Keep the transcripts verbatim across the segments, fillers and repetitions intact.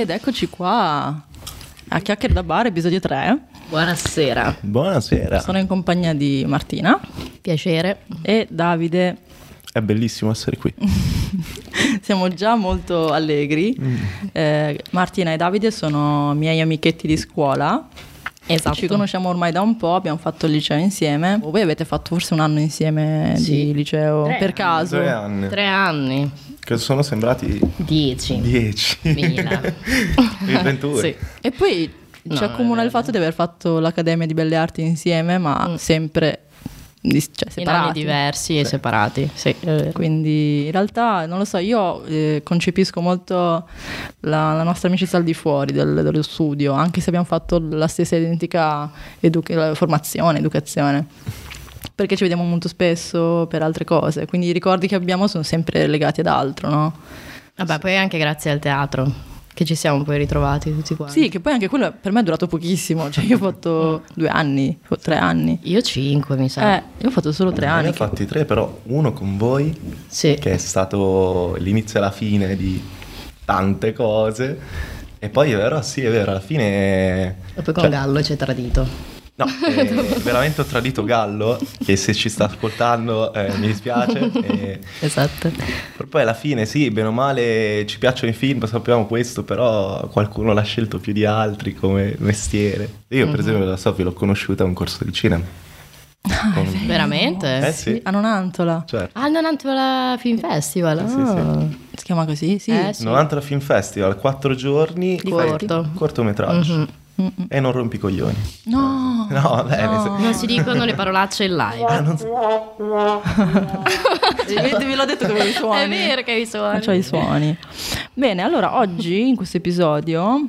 Ed eccoci qua a Chiacchiere da Bar, episodio tre. Buonasera. Buonasera. Sono in compagnia di Martina. Piacere. E Davide. È bellissimo essere qui. Siamo già molto allegri. Mm. Eh, Martina e Davide sono miei amichetti di scuola. Esatto. Ci conosciamo ormai da un po', abbiamo fatto il liceo insieme. Voi avete fatto forse un anno insieme sì. di liceo Tre per anni. caso? Tre anni. Tre anni. Che sono sembrati Dieci. Dieci. Mila. ventuno. Sì. E poi No, ci accomuna il fatto di aver fatto l'Accademia di Belle Arti insieme, ma Mm. sempre di, cioè, In anni separati. diversi e Sì. separati. Sì. Quindi in realtà non lo so, io eh, concepisco molto la, la nostra amicizia al di fuori del, dello studio, anche se abbiamo fatto la stessa identica edu- formazione, educazione, perché ci vediamo molto spesso per altre cose, quindi i ricordi che abbiamo sono sempre legati ad altro, no? Vabbè, poi anche grazie al teatro che ci siamo poi ritrovati tutti quanti. Sì, che poi anche quello per me è durato pochissimo, cioè io ho fatto due anni, tre anni. Io cinque, mi sa. Eh, io ho fatto solo tre Ne anni. ho fatti tre, però uno con voi, Sì. che è stato l'inizio e la fine di tante cose. E poi è vero, sì, è vero, alla fine... E poi con cioè, Gallo ci hai tradito. No, eh, veramente ho tradito Gallo, che se ci sta ascoltando eh, mi dispiace. E... Esatto. Però poi alla fine sì, bene o male ci piacciono i film, sappiamo questo, però qualcuno l'ha scelto più di altri come mestiere. Io per Mhm. esempio la Sofì l'ho conosciuta a un corso di cinema. Ah, è Con- vero. Eh Veramente? sì, A Nonantola. certo. Ah, non Antola Film Festival. Sì, sì, ah. Si chiama così? Sì. Eh, sì. novanta Film Festival, quattro giorni, Di fai corto. cortometraggio. Mhm. Mm-mm. E non rompi i coglioni. No, No, vabbè, nel sen- Non si dicono le parolacce in live. Ah, non si- Ve ve l'ho detto che avevo i suoni. È vero che i suoni. C'ho i suoni. Bene, allora oggi in questo episodio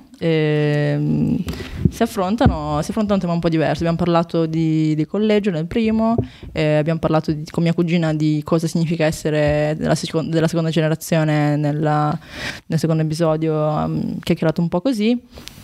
ehm, si affrontano si affronta un tema un po' diverso. Abbiamo parlato di, di collegio nel primo, eh, abbiamo parlato di- con mia cugina di cosa significa essere della, seco- della seconda generazione nella- nel secondo episodio, um, chiacchierato un po' così.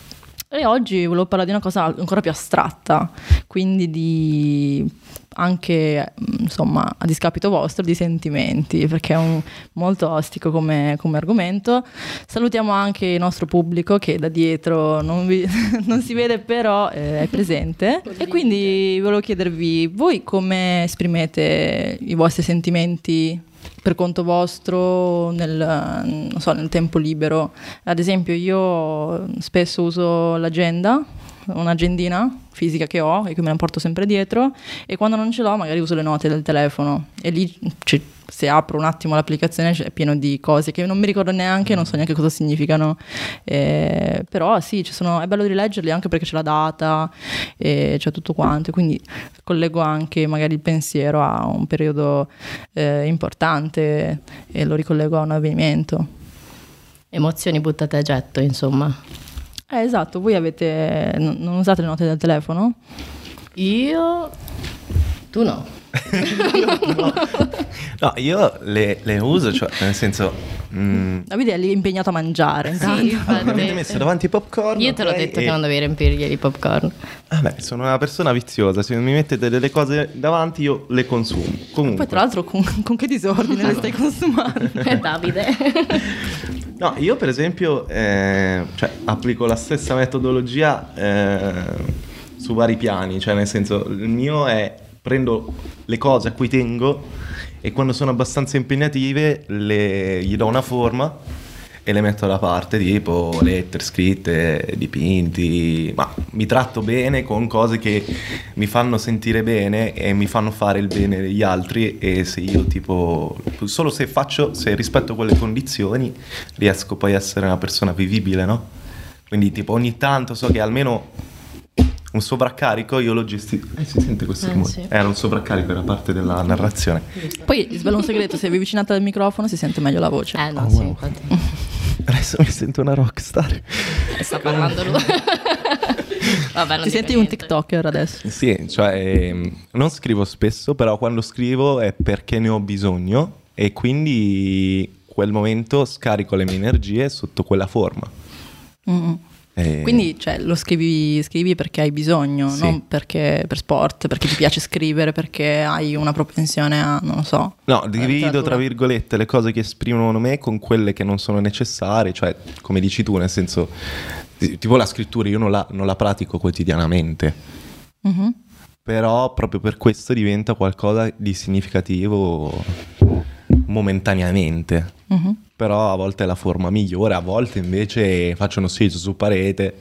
E oggi volevo parlare di una cosa ancora più astratta, quindi di anche, insomma, a discapito vostro, di sentimenti, perché è un, molto ostico come, come argomento. Salutiamo anche il nostro pubblico che da dietro non, vi- non si vede, però eh, è presente. E quindi volevo chiedervi, voi come esprimete i vostri sentimenti per conto vostro nel, non so, nel tempo libero? Ad esempio io spesso uso l'agenda, un'agendina fisica che ho e che me la porto sempre dietro, e quando non ce l'ho magari uso le note del telefono e lì c- se apro un attimo l'applicazione è pieno di cose che non mi ricordo neanche, non so neanche cosa significano, eh, però sì, ci sono, è bello rileggerli anche perché c'è la data e c'è tutto quanto, quindi collego anche magari il pensiero a un periodo eh, importante e lo ricollego a un avvenimento. Emozioni buttate a getto, insomma. Eh, esatto, voi avete, non, non usate le note del telefono? Io... Tu no. no. No, io le, le uso, cioè nel senso... mm, Davide è lì impegnato a mangiare intanto. Sì, mi avete infatti. messo davanti i popcorn. Io te l'ho ok, detto e- che non dovevi riempirgli di popcorn. Vabbè, sono una persona viziosa, se mi mettete delle cose davanti io le consumo. Comunque. Poi tra l'altro con, con che disordine le stai consumando? È Davide. No, io per esempio eh, cioè, applico la stessa metodologia eh, su vari piani, cioè nel senso il mio è prendo le cose a cui tengo e quando sono abbastanza impegnative le, gli do una forma e le metto da parte, tipo lettere scritte, dipinti, ma mi tratto bene con cose che mi fanno sentire bene e mi fanno fare il bene degli altri, e se io tipo solo se faccio, se rispetto quelle condizioni riesco poi a essere una persona vivibile, no? Quindi tipo ogni tanto so che almeno un sovraccarico io lo gestisco. Eh, si sente questo Eh, rumore? sì. Era un sovraccarico, era parte della narrazione. Poi svelo un segreto, se vi avvicinate al microfono si sente meglio la voce. Eh no, Oh, sì, wow. infatti. Adesso mi sento una rockstar. Sta parlando lui. Vabbè, non Ti dico senti un niente. TikToker adesso? Sì, cioè ehm, non scrivo spesso, però quando scrivo è perché ne ho bisogno e quindi quel momento scarico le mie energie sotto quella forma. Mm-mm. E... Quindi cioè, lo scrivi, scrivi perché hai bisogno, Sì. non perché per sport, perché ti piace scrivere, perché hai una propensione a, non lo so. No, divido letteratura. tra virgolette le cose che esprimono me con quelle che non sono necessarie, cioè come dici tu, nel senso, tipo la scrittura io non la, non la pratico quotidianamente, Mhm. però proprio per questo diventa qualcosa di significativo momentaneamente. Mhm. Però a volte è la forma migliore, a volte invece faccio uno schizzo su parete,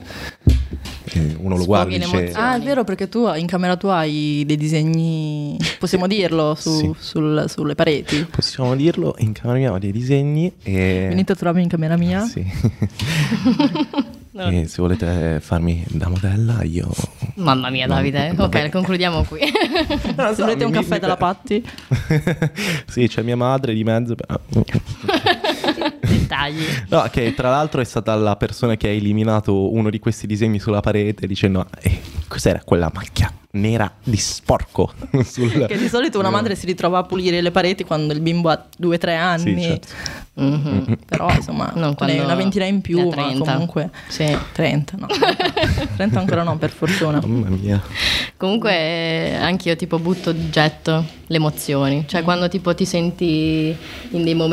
e uno lo Sfoghi guarda e le dice... emozioni. Ah, è vero, perché tu in camera tua hai dei disegni, possiamo dirlo, su- Sì. sul- sulle pareti. Possiamo dirlo, in camera mia ho dei disegni e... Venite a trovarmi in camera mia. Sì. No. E se volete farmi da modella io... Mamma mia, No, Davide. vabbè. Ok, concludiamo qui. Se volete un mi- caffè mi- dalla Patti. Sì, c'è mia madre di mezzo. però- Dettagli. No, che tra l'altro è stata la persona che ha eliminato uno di questi disegni sulla parete dicendo eh, cos'era quella macchia nera di sporco sul... Che di solito una madre si ritrova a pulire le pareti quando il bimbo ha due o tre anni. Sì, certo. Mhm. Però insomma, Non ne quando hai una ventina in ne più, ha ma trenta. comunque Sì. trenta, no. trenta ancora no, per fortuna. Mamma mia. Comunque eh, anch'io tipo butto di getto le emozioni, cioè quando tipo ti senti in dei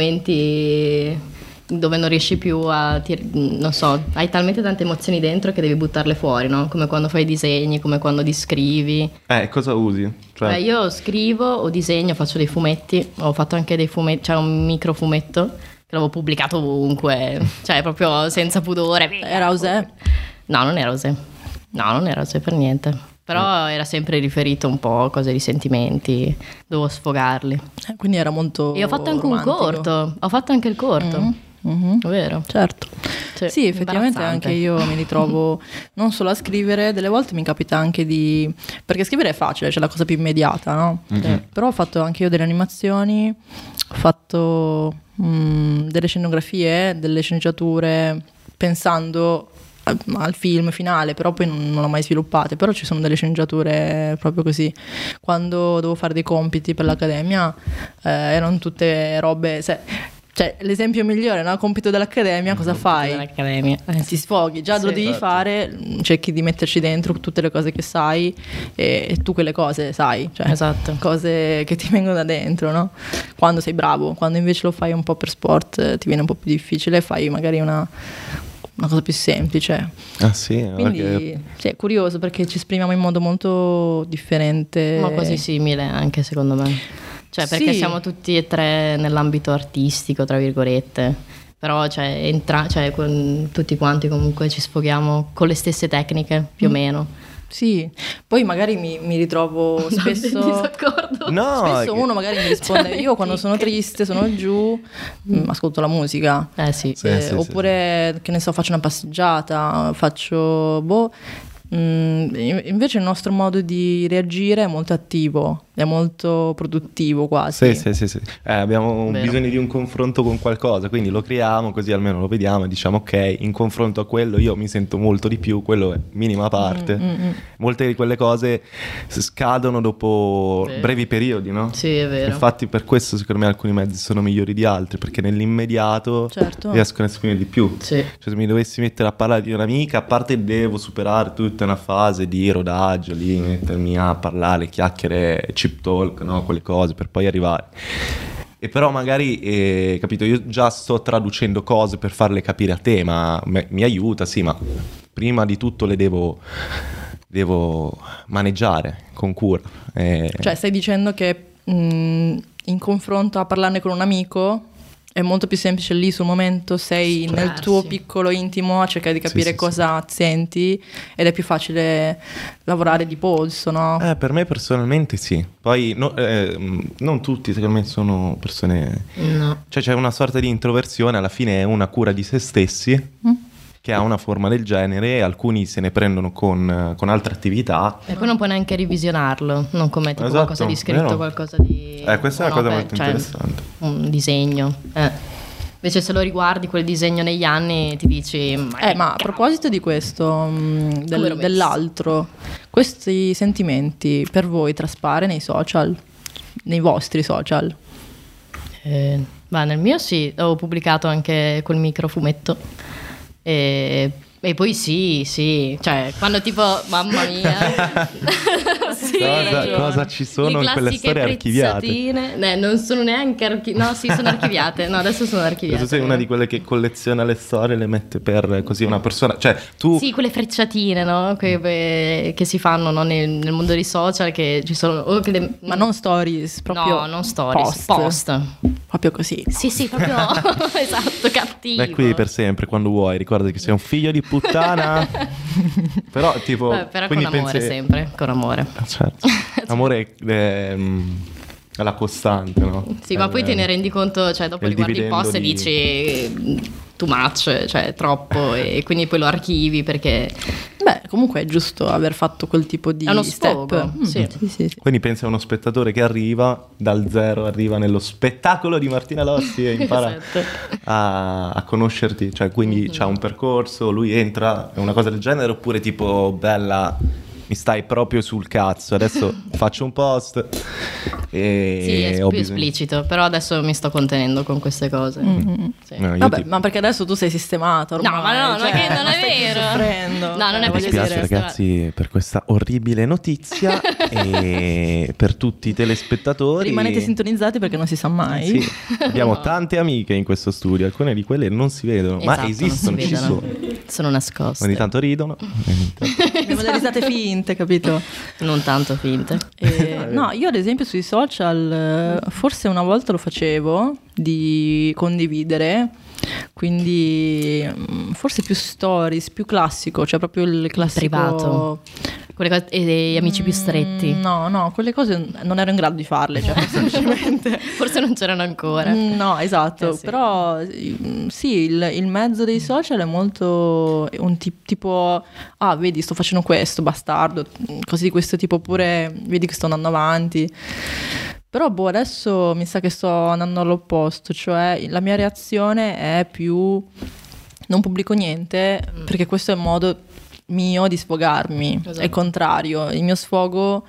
momenti dove non riesci più a, ti- non so, hai talmente tante emozioni dentro che devi buttarle fuori, no? Come quando fai disegni, come quando descrivi. Eh, cosa usi? Cioè... Beh, io scrivo o disegno, faccio dei fumetti, ho fatto anche dei fumetti, c'era un micro fumetto che l'avevo pubblicato ovunque, cioè proprio senza pudore. Era Osè? No, non era Osè. No, non era Osè per niente. Però era sempre riferito un po' a cose di sentimenti, dovevo sfogarli. Eh, quindi era molto E ho fatto anche un romantico. corto, ho fatto anche il corto, Mhm, mhm. è vero. Certo. Cioè, Sì, effettivamente imbarazzante. anche io mi ritrovo non solo a scrivere, delle volte mi capita anche di... perché scrivere è facile, c'è la cosa più immediata, no? Mhm. Però ho fatto anche io delle animazioni, ho fatto mm, delle scenografie, delle sceneggiature, pensando al, al film finale, però poi non, non l'ho mai sviluppate, però ci sono delle sceneggiature proprio così. Quando dovevo fare dei compiti per l'accademia, eh, erano tutte robe... se- Cioè, l'esempio migliore, no? Compito dell'accademia, cosa fai? Dell'accademia. Ti sfoghi, già lo Sì, devi certo. fare, cerchi di metterci dentro tutte le cose che sai e, e tu quelle cose sai, cioè Esatto. cose che ti vengono da dentro, no? Quando sei bravo, quando invece lo fai un po' per sport eh, ti viene un po' più difficile, fai magari una, una cosa più semplice. Ah sì, Quindi perché... sì, è curioso perché ci esprimiamo in modo molto differente. Ma quasi simile anche secondo me. Cioè perché Sì. siamo tutti e tre nell'ambito artistico, tra virgolette. Però cioè, entra- cioè, con- tutti quanti comunque ci sfoghiamo con le stesse tecniche, più o meno. Sì, poi magari mi, mi ritrovo spesso... disaccordo. No, Spesso che- uno magari mi risponde, Cioè, io quando sono che- triste, sono giù, mm, ascolto la musica. Eh sì. Sì, Eh, sì, sì. oppure, che ne so, faccio una passeggiata, faccio, boh, mm, in- invece il nostro modo di reagire è molto attivo, è molto produttivo quasi. Sì, sì, sì, sì. Eh, abbiamo Vero. bisogno di un confronto con qualcosa, quindi lo creiamo così almeno lo vediamo e diciamo ok, in confronto a quello io mi sento molto di più, quello è minima parte. Mm, mm, mm. Molte di quelle cose s- scadono dopo Vero. brevi periodi, no? Sì, è vero. Infatti per questo secondo me alcuni mezzi sono migliori di altri, perché nell'immediato Certo. riescono a esprimere di più. Sì. Cioè se mi dovessi mettere a parlare di un'amica, a parte devo superare tutta una fase di rodaggio lì, mettermi a parlare, chiacchiere, chip talk, no? Quelle cose per poi arrivare. E però magari, eh, capito, io già sto traducendo cose per farle capire a te, ma me- mi aiuta, sì, ma prima di tutto le devo, devo maneggiare con cura. Eh, Cioè stai dicendo che mm, in confronto a parlarne con un amico è molto più semplice lì sul momento, sei nel Sfogarsi. tuo piccolo intimo a cercare di capire Sì, sì, cosa senti ed è più facile lavorare di polso, no? eh, per me personalmente sì. Poi no- eh, non tutti secondo me sono persone... No. Cioè c'è una sorta di introversione, alla fine è una cura di se stessi Mm? che ha una forma del genere e alcuni se ne prendono con, con altre attività. E poi non puoi neanche revisionarlo, non come tipo Esatto, qualcosa di scritto, vero. qualcosa di... Eh, questa è una cosa beh, molto cioè, interessante. Un disegno. Eh. Invece se lo riguardi quel disegno negli anni ti dici... Ma Eh, che ma a proposito di questo, mm, del- Come l'ho messo? dell'altro, questi sentimenti per voi traspare nei social? Nei vostri social? Eh, ma nel mio sì, ho pubblicato anche quel microfumetto. E E poi sì, sì, cioè quando tipo, mamma mia, sì, Cosa, cosa ci sono le in quelle classiche storie archiviate? prezzatine. Eh, non sono neanche archiviate, no sì sono archiviate, no adesso sono archiviate. Tu sei una di quelle che colleziona le storie e le mette per così una persona, cioè tu... Sì, quelle frecciatine, no? Que- che si fanno, no? nel, nel mondo dei social, che ci sono... o che le- Ma non stories, proprio No, non stories, post. post. Proprio così. Sì, sì, proprio esatto, cattivo. Beh, qui per sempre, quando vuoi, ricorda che sei un figlio di puttana. Però tipo... Beh, però con quindi amore pensi- sempre, con amore. Ah, certo. Amore è, mm, è la costante, no? Sì, ma È- poi te ne rendi conto, cioè dopo è il li guardi i dividendo post e di- dici too much, cioè troppo, e quindi poi lo archivi perché Beh, comunque è giusto aver fatto quel tipo di è uno step. sfogo. Mm, Sì. sì, sì, sì. Quindi pensa a uno spettatore che arriva dal zero, arriva nello spettacolo di Martina Lossi e impara Esatto. a, a conoscerti, cioè quindi c'ha un percorso, lui entra, è una cosa del genere, oppure tipo bella, mi stai proprio sul cazzo, adesso faccio un post e Sì, è ho più bisogno- esplicito, però adesso mi sto contenendo con queste cose. Sì. No, io Vabbè, ti- ma perché adesso tu sei sistemata ormai. No, ma no, non cioè, è che non ma è stai più vero. soffrendo. No, non è Cioè, Mi perché voglio dispiace dire- dire- ragazzi per questa orribile notizia e per tutti i telespettatori. Rimanete sintonizzati perché non si sa mai. Sì, abbiamo No. tante amiche in questo studio, alcune di quelle non si vedono, ma Esatto, non esistono, si ci vedono. sono. Sono nascoste. Ogni tanto ridono. ogni tanto- Abbiamo le risate finte, capito? Non tanto finte. Eh, no, io ad esempio sui social eh, forse una volta lo facevo di condividere, quindi mm, forse più stories, più classico, cioè proprio il classico privato. Quelle cose, e gli amici più stretti. Mm, No, no, quelle cose non ero in grado di farle, cioè semplicemente. Forse non c'erano ancora. Mm, No, esatto, Eh sì. però mm, sì, il, il mezzo dei social è molto un ti- tipo, ah, vedi, sto facendo questo, bastardo, mm, cose di questo tipo, oppure vedi che sto andando avanti. Però boh, adesso mi sa che sto andando all'opposto, cioè la mia reazione è più non pubblico niente, Mm. perché questo è un modo mio di sfogarmi, Esatto. è il contrario, il mio sfogo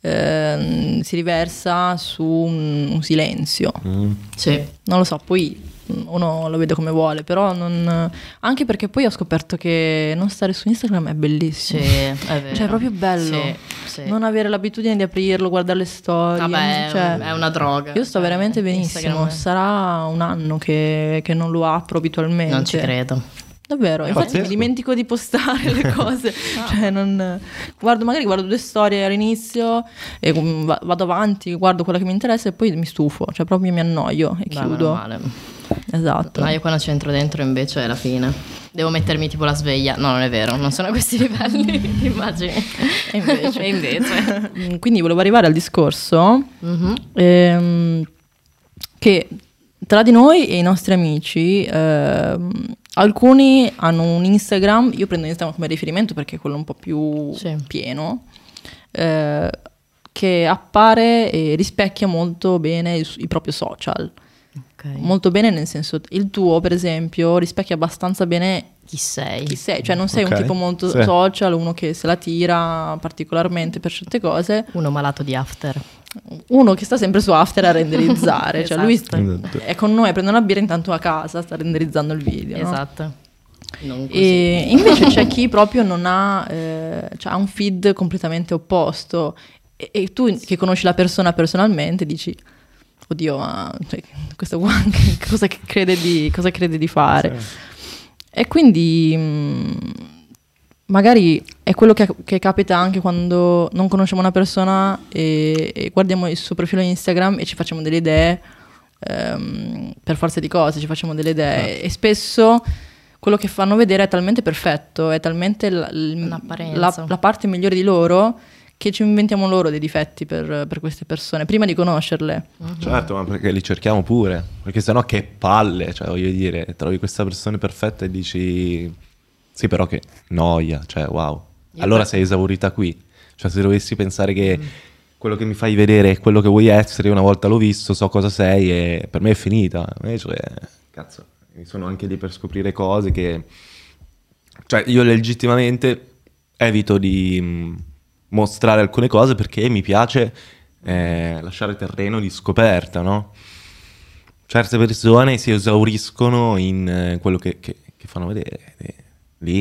ehm, si riversa su un, un silenzio. Mm. Sì. Non lo so, poi uno lo vede come vuole, però non... anche perché poi ho scoperto che non stare su Instagram è Sì, bellissimo. è vero. Cioè, è proprio bello. Sì, sì. Non avere l'abitudine di aprirlo, guardare le storie. Vabbè, cioè, è una droga. io sto Cioè, veramente benissimo. Instagram è- Sarà un anno che, che non lo apro abitualmente. Non ci credo. Davvero, infatti pazzesco. mi dimentico di postare le cose, cioè non guardo, magari guardo due storie all'inizio e mm, va- vado avanti, guardo quella che mi interessa e poi mi stufo, cioè proprio mi annoio e Dai, meno chiudo. male. Esatto. No, io quando c'entro dentro invece è la fine. Devo mettermi tipo la sveglia. No, non è vero, non sono a questi livelli di immagini. E invece. E invece. Mm, Quindi volevo arrivare al discorso Mhm. ehm, che tra di noi e i nostri amici ehm, alcuni hanno un Instagram, io prendo Instagram come riferimento perché è quello un po' più Sì. pieno, eh, che appare e rispecchia molto bene il- i propri social. Ok. Molto bene nel senso, il tuo per esempio rispecchia abbastanza bene Chi sei? chi sei, cioè non sei Ok, un tipo molto sì. social, uno che se la tira particolarmente per certe cose, Uno malato di after. uno che sta sempre su After a renderizzare, cioè lui Esatto. Esatto. è con noi, prende una birra intanto a casa, sta renderizzando il video, no? Esatto. Non così. E invece c'è chi proprio non ha, eh, cioè ha un feed completamente opposto e, e tu che conosci la persona personalmente dici, oddio, ma cioè, questo qua che cosa che crede di, cosa crede di fare? E quindi mh, magari è quello che, che capita anche quando non conosciamo una persona e, e guardiamo il suo profilo Instagram e ci facciamo delle idee, ehm, per forza di cose ci facciamo delle idee e spesso quello che fanno vedere è talmente perfetto, è talmente la, l- Un'apparenza. la- la parte migliore di loro che ci inventiamo loro dei difetti per, per queste persone, prima di conoscerle. Certo, ma perché li cerchiamo pure, perché sennò che palle, cioè voglio dire, trovi questa persona perfetta e dici sì, però che noia, cioè wow. Io Allora per- sei esaurita qui. Cioè se dovessi pensare che quello che mi fai vedere è quello che vuoi essere, una volta l'ho visto, so cosa sei e per me è finita. Invece, cazzo, mi sono anche lì per scoprire cose che... Cioè io legittimamente evito di mh, mostrare alcune cose perché mi piace eh, lasciare terreno di scoperta, no? Certe persone si esauriscono in eh, quello che, che- che fanno vedere. E lì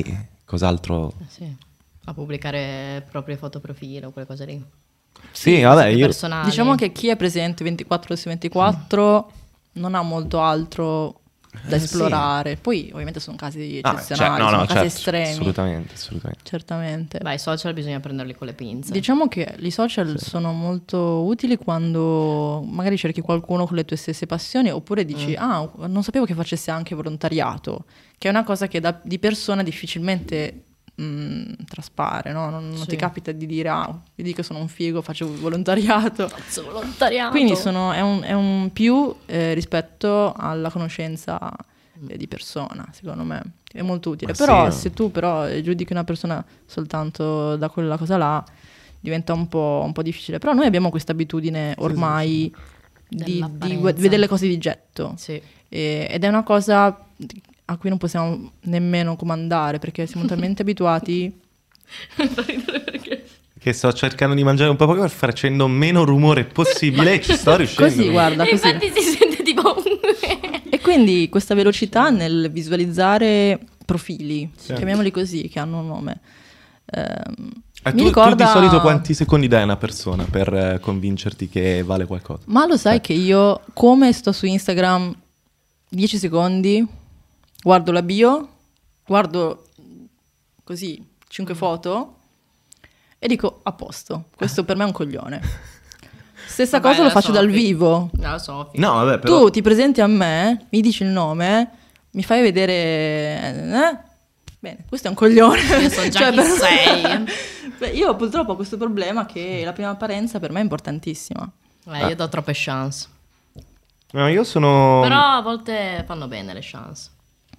cos'altro... Eh sì. A pubblicare proprie foto profilo, quelle cose lì. Sì, vabbè, io... Personali. Diciamo che chi è presente ventiquattro su ventiquattro non ha molto altro da Eh, esplorare. Poi ovviamente sono casi Ah, eccezionali, cioè, no, sono no, casi certo, estremi. assolutamente, assolutamente. Certamente. Beh, i social bisogna prenderli con le pinze. Diciamo che i social sono molto utili quando magari cerchi qualcuno con le tue stesse passioni, oppure dici, Mm. ah, non sapevo che facesse anche volontariato, che è una cosa che da- di persona difficilmente mh, traspare, no? Non, non Sì. ti capita di dire, ah, vedi che sono un figo, faccio volontariato. Faccio volontariato. Quindi sono- è, un, è un più eh, rispetto alla conoscenza eh, di persona, secondo me. È molto utile. Ma Però sì. se tu però eh, giudichi una persona soltanto da quella cosa là, diventa un po', un po' difficile. Però noi abbiamo questa abitudine ormai di, di Dell'apparenza. vedere le cose di getto. Sì. E- ed è una cosa a cui non possiamo nemmeno comandare, perché siamo talmente abituati. Fa ridere perché... Che sto cercando di mangiare un po' poco facendo meno rumore possibile e ci sto riuscendo. Così, guarda, E così. infatti si sente tipo... E quindi questa velocità nel visualizzare profili, Sì. chiamiamoli così, che hanno un nome. Ehm, E mi tu, ricorda... tu di solito quanti secondi dai a una persona per eh, convincerti che vale qualcosa? Ma lo sai Eh. che io, come sto su Instagram dieci secondi, guardo la bio, guardo così cinque foto e dico a posto, questo per me è un coglione. Stessa Vabbè, cosa lo la faccio dal Sofi. vivo. No, lo so. fi- No, vabbè, però... Tu ti presenti a me, mi dici il nome, mi fai vedere... eh? Bene, questo è un coglione. Io so già Cioè, chi per- sei. Beh, io purtroppo ho questo problema che la prima apparenza per me è importantissima. Eh, io do troppe chance. No, io sono... Però a volte fanno bene le chance.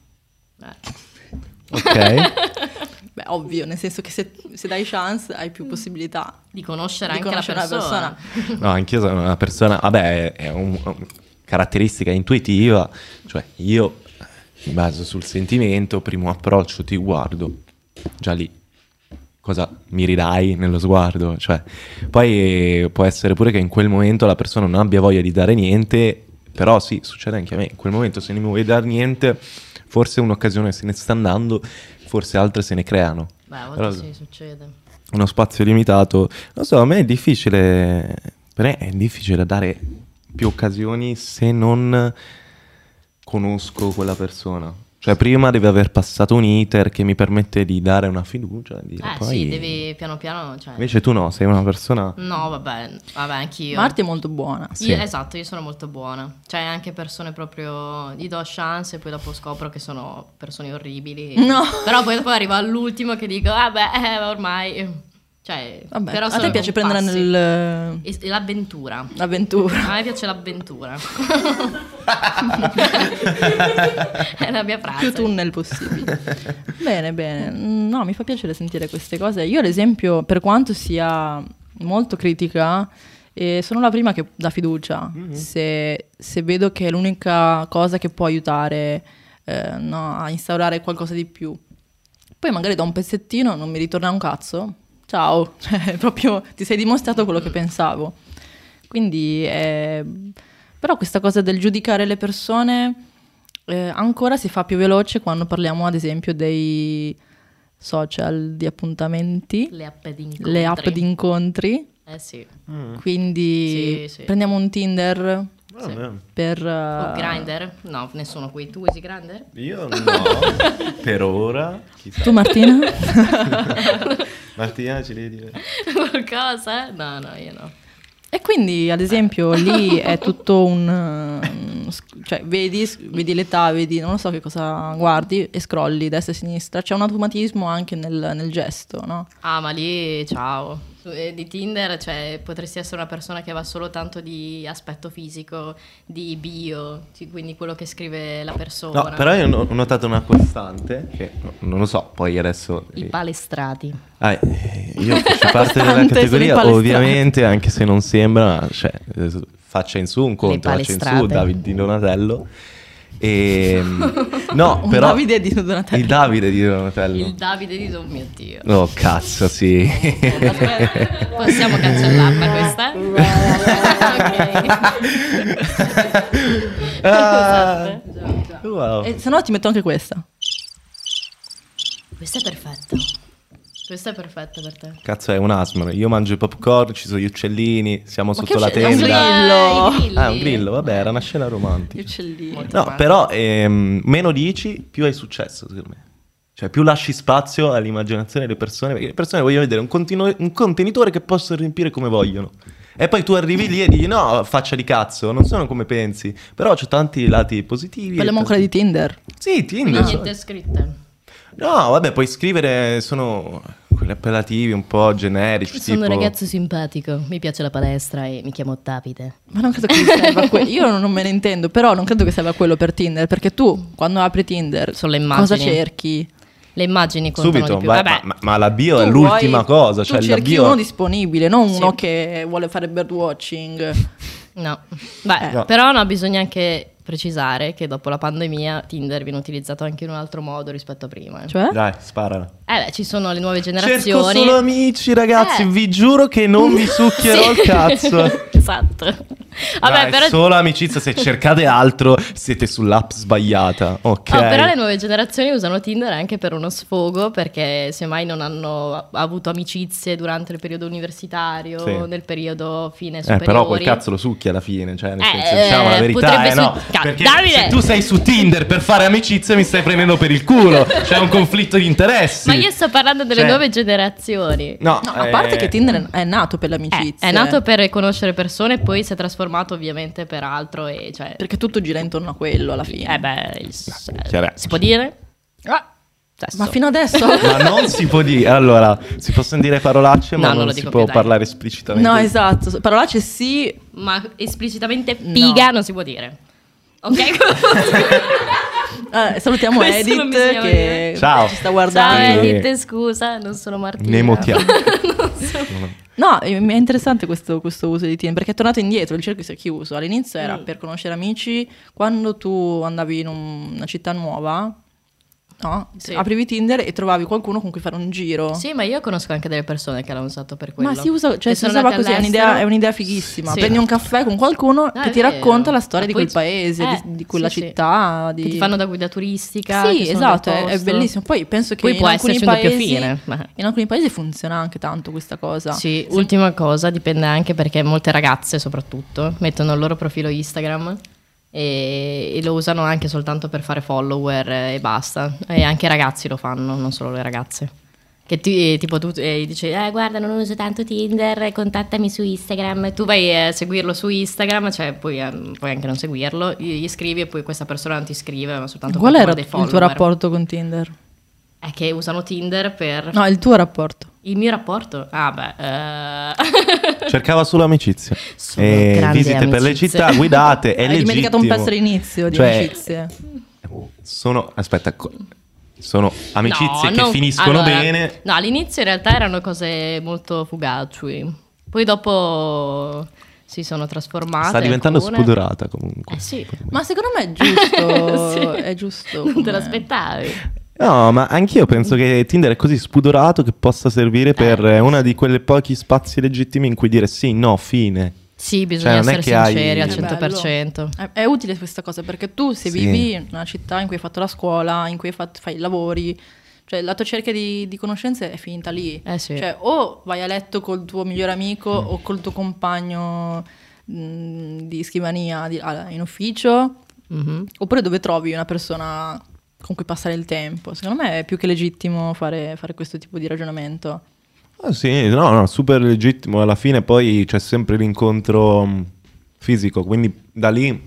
Eh. Ok. Beh, ovvio, nel senso che se, se dai chance hai più possibilità Di conoscere di anche conoscere la una persona. persona. No, anch'io sono una persona... Vabbè, è un, un- caratteristica intuitiva. Cioè, io mi baso sul sentimento, primo approccio, ti guardo. Già lì. Cosa mi ridai nello sguardo? Cioè, poi eh, può essere pure che in quel momento la persona non abbia voglia di dare niente, però sì, succede anche a me. In quel momento se non mi vuoi dare niente, forse un'occasione se ne sta andando, forse altre se ne creano. Beh, a volte Però- sì, succede. Uno spazio limitato. Non so, a me è difficile, per me è difficile dare più occasioni se non conosco quella persona. Cioè prima deve aver passato un iter che mi permette di dare una fiducia. Di dire, Eh poi... sì, devi piano piano... Cioè... Invece tu no, sei una persona... No, vabbè, vabbè, anch'io. Marti è molto buona. Sì. Io- esatto, io sono molto buona. Cioè, anche persone proprio gli do chance e poi dopo scopro che sono persone orribili. No. Però poi dopo arrivo all'ultimo che dico, vabbè, eh, ormai. Cioè, Vabbè, però a sono te piace prendere compassi. nel... E- e l'avventura. l'avventura. A me piace l'avventura. È la mia frase. Più tunnel possibile. Bene, bene. No, mi fa piacere sentire queste cose. Io, ad esempio, per quanto sia molto critica, eh, sono la prima che dà fiducia. Se, se vedo che è l'unica cosa che può aiutare eh, no, a instaurare qualcosa di più. Poi magari da un pezzettino non mi ritorna un cazzo. Ciao, cioè, proprio ti sei dimostrato quello che pensavo. Quindi, eh, però questa cosa del giudicare le persone eh, ancora si fa più veloce quando parliamo, ad esempio, dei social di appuntamenti, Le app di incontri. le app di incontri. Eh sì. Quindi Sì, sì. prendiamo un Tinder Vabbè. per... O eh, Grindr? No, nessuno qui. Tu usi Grindr? Io no, per ora. Chissà. Tu, Martina? Martina ci devi dire. Qualcosa? No, no, io no. E quindi, ad esempio, lì è tutto un... um, sc- cioè, vedi, vedi l'età, vedi, non lo so che cosa guardi e scrolli destra e sinistra. C'è un automatismo anche nel, nel gesto, no? Ah, ma lì, ciao. Su- eh, Di Tinder, cioè, potresti essere una persona che va solo tanto di aspetto fisico, di bio, sì, quindi quello che scrive la persona. No, però io no- ho notato una costante, che no- non lo so, poi adesso... I palestrati. Ah, eh, io faccio parte della costante sono i categoria, palestrati. ovviamente, anche se non sembra, cioè, eh, faccia in su un conto, faccia in su palestrate. Davide di Donatello. E, no, Un però... Davide di Donatello. Il Davide di Donatello. Il Davide di oh mio Dio. Oh, cazzo, sì. Aspetta, possiamo cancellarla questa? Ok. Ah, Scusate. wow. E se no ti metto anche questa. Questa è perfetta. Questa è perfetta per te. Cazzo, è un asmano. Io mangio i popcorn, ci sono gli uccellini, siamo Ma sotto che la uccelli? È un tenda. grillo. Ah, i grilli. Ah, un grillo, vabbè, era una scena Gli romantica. uccellini. Molto No, romantico. però ehm, meno dici, più hai successo, secondo me. Cioè, più lasci spazio all'immaginazione delle persone, perché le persone vogliono vedere un, continu- un contenitore che possono riempire come vogliono. E poi tu arrivi lì e dici, no, faccia di cazzo, non sono come pensi. Però c'è tanti lati positivi. Parliamo e ancora di tanti- Tinder. Sì, Quindi Tinder. niente scritte. No, vabbè, puoi scrivere, sono quelli appellativi un po' generici. Sono un tipo... ragazzo simpatico, mi piace la palestra e mi chiamo Davide. Ma non credo che serva a quello. Io non me ne intendo, però non credo che serva quello per Tinder, perché tu quando apri Tinder Sono le cosa immagini. cerchi? Le immagini contano Subito, di più. vai, Vabbè, ma, ma la bio Tu è l'ultima vuoi- cosa. Tu Cioè la cerchi bio... uno disponibile, non uno Sì. che vuole fare birdwatching. no. Beh, No. però no, bisogna anche precisare che dopo la pandemia Tinder viene utilizzato anche in un altro modo rispetto a prima. Cioè? Dai, sparala. Eh beh, ci sono le nuove Cerco generazioni. solo amici, ragazzi, Eh. vi giuro che non vi succhierò Sì. il cazzo. Esatto. Vabbè, Dai, però... solo amicizia, se cercate altro siete sull'app sbagliata. Ok. Oh, però le nuove generazioni usano Tinder anche per uno sfogo, perché semmai non hanno avuto amicizie durante il periodo universitario, Sì. nel periodo fine Eh, superiori. però quel cazzo lo succhi alla fine, cioè nel Eh, senso, diciamo la verità, potrebbe eh, no, su- Ca- perché Davide! se tu sei su Tinder per fare amicizia mi stai prendendo per il culo, c'è un conflitto di interessi. Ma io sto parlando delle Cioè- nuove generazioni. No, No, a parte eh, che Tinder è nato per Eh, l'amicizia. è nato per conoscere persone e poi si è trasformato ovviamente per altro e cioè... Perché tutto gira intorno a quello alla fine. Eh beh, il- chiaro. si può dire? Ah, sesso. Ma fino adesso... Ma non si può dire, allora, si possono dire parolacce, ma No, non non, lo si dico può più, dai. parlare esplicitamente. No, esatto. Parolacce sì. Ma esplicitamente figa non si può dire. Ok? Eh, salutiamo Questo non Edith bisogna che dire. Ciao. ci sta Ciao guardando. Sì. Edith, scusa, non sono Martina. Nemotiamo. Non so- No, eh, mi è interessante questo, questo uso di Tinder perché è tornato indietro, il cerchio si è chiuso. All'inizio era Mm. per conoscere amici, quando tu andavi in un- una città nuova, no? Sì. Aprivi Tinder e trovavi qualcuno con cui fare un giro. Sì, ma io conosco anche delle persone che l'hanno usato per quello. Ma si usa, cioè Che si sono usava andate così, è un'idea, all'estero. è un'idea fighissima. Sì. Prendi un caffè con qualcuno No, che è ti vero. racconta la storia Ma di poi- quel paese, eh, di, di quella sì, sì. città. Di... Che ti fanno da guida turistica. Sì, che sono esatto, del è, è posto. bellissimo. Poi penso che Poi in può alcuni esserci un doppio paesi, fine, ma- in alcuni paesi funziona anche tanto questa cosa. Sì, ultima cosa, dipende anche perché molte ragazze soprattutto mettono il loro profilo Instagram e, e lo usano anche soltanto per fare follower e basta. E anche i ragazzi lo fanno, non solo le ragazze. Che ti, tipo tu eh, dici, eh guarda non uso tanto Tinder, contattami su Instagram. Tu vai a seguirlo su Instagram, cioè puoi, eh, puoi anche non seguirlo, gli gli scrivi e poi questa persona non ti scrive, ma soltanto Qual per era dei il tuo follower. rapporto con Tinder? È che usano Tinder per... No, il tuo rapporto. Il mio rapporto? Ah beh... eh. Cercava solo amicizia. Solo E grandi visite per le amicizie. città guidate, è Hai dimenticato un legittimo. pezzo all'inizio di Cioè, amicizie. Sono, aspetta, co- sono amicizie No, che non- finiscono allora, bene. No, all'inizio in realtà erano cose molto fugaci. Poi dopo si sono trasformate. Sta diventando alcune. spudorata comunque. Eh sì, Ma secondo me è giusto. Sì. È giusto. non te come- l'aspettavi. No, ma anch'io penso che Tinder è così spudorato che possa servire per Eh. eh, una di quelle pochi spazi legittimi in cui dire sì, no, fine. Sì, bisogna Cioè, non è essere che hai- sinceri al È cento per cento. È, è utile questa cosa perché tu se Sì. vivi in una città in cui hai fatto la scuola, in cui hai fatto, fai i lavori, cioè la tua cerchia di, di conoscenze è finita lì. Eh sì. Cioè o vai a letto col tuo migliore amico o col tuo compagno mh, di scrivania di- ah, in ufficio, Mhm. oppure dove trovi una persona con cui passare il tempo. Secondo me è più che legittimo fare, fare questo tipo di ragionamento. Ah, sì, no, no, super legittimo. Alla fine poi c'è sempre l'incontro mh, fisico, quindi da lì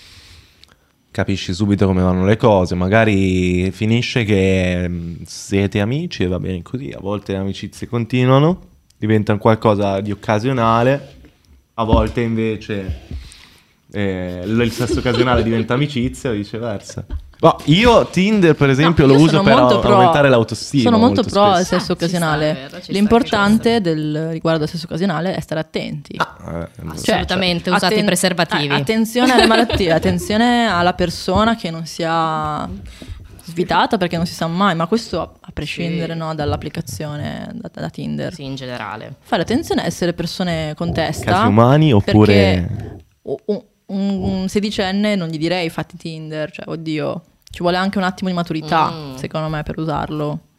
capisci subito come vanno le cose. Magari finisce che mh, siete amici e va bene così. A volte le amicizie continuano, diventano qualcosa di occasionale. A volte invece eh, il sesso occasionale diventa amicizia o viceversa. Boh, io Tinder per esempio No, lo io uso sono per molto au- pro- aumentare l'autostima. Sono molto, pro al spesso. sesso Ah, ci sta, occasionale. vero, ci sta L'importante anche del riguardo al sesso occasionale è stare attenti. Ah, eh, Assolutamente, Cioè, usate atten- i preservativi. eh, attenzione alle malattie, attenzione alla persona che non sia svitata perché non si sa mai, ma questo a, a prescindere Sì. no, dall'applicazione da, da Tinder. Sì, in generale. Fare attenzione a essere persone con testa. Casi umani oppure... perché u- un, un sedicenne non gli direi fatti Tinder, cioè oddio, ci vuole anche un attimo di maturità Mm. secondo me per usarlo.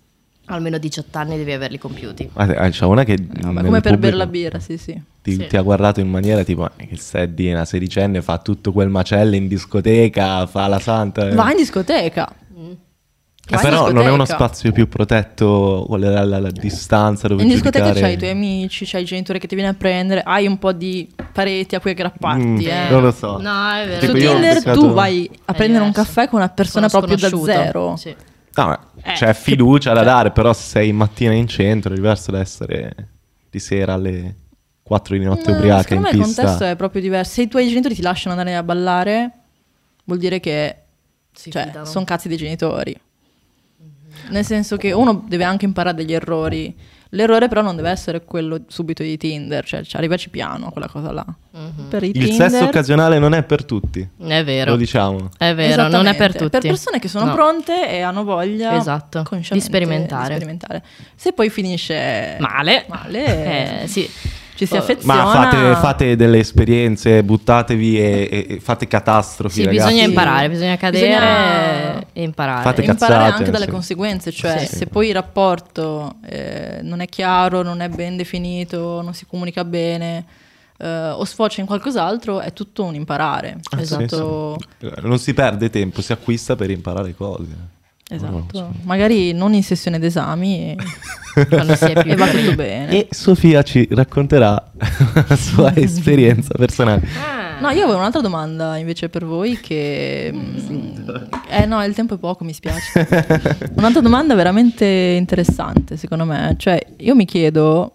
Almeno diciotto anni devi averli compiuti. Ma eh, c'è una che No, ma nel come per pubblico bere la birra, sì, sì. ti, Sì. ti ha guardato in maniera tipo eh, che Sadie, una sedicenne, fa tutto quel macello in discoteca, fa la santa. eh. Va in discoteca. Eh, vai in però non è uno discoteca. spazio più protetto, qual è la, la- la distanza dove In discoteca giudicare- c'hai i tuoi amici, c'hai il genitore che ti viene a prendere, hai un po' di pareti a cui aggrapparti, Mm, eh. Non lo so. No, è vero. Su Tipo io ho Tinder beccato- tu vai a È prendere un diverso. caffè con una persona Con uno proprio da sconosciuto. zero. Sì. No, ma Eh, c'è che- fiducia da cioè- dare, però se sei mattina in centro è diverso da essere di sera alle quattro di notte No, ubriaca in secondo me il pista. contesto è proprio diverso. Se i tuoi genitori ti lasciano andare a ballare, vuol dire che Si cioè, fidano. sono cazzi dei genitori. Nel senso che uno deve anche imparare dagli errori. L'errore però non deve essere quello subito di Tinder, cioè, cioè arrivaci piano a quella cosa là. Mhm. Per i Il Tinder, sesso occasionale non è per tutti, È vero. lo diciamo. È vero, non è per Esattamente. tutti. Per persone che sono No. pronte e hanno voglia Esatto, consciamente di sperimentare. di sperimentare. Se poi finisce Male. male, Eh, sì. ci si Oh, affeziona. Ma fate, fate delle esperienze, buttatevi e, e- e fate catastrofi, Sì, ragazzi. bisogna imparare, bisogna cadere Bisogna- e imparare. Fate E imparare cazzate, anche dalle sì. conseguenze, cioè Sì. se poi il rapporto eh, non è chiaro, non è ben definito, non si comunica bene eh, o sfocia in qualcos'altro, è tutto un imparare. Ah, sì, Esatto. sì. Non si perde tempo, si acquista per imparare cose. Esatto. Magari non in sessione d'esami e, Quando si è più e va tutto giovani. bene. E Sofia ci racconterà la sua esperienza personale. Ah. No, io avevo un'altra domanda invece per voi che... mm, Eh no, il tempo è poco, mi spiace. Un'altra domanda veramente interessante secondo me. Cioè, io mi chiedo,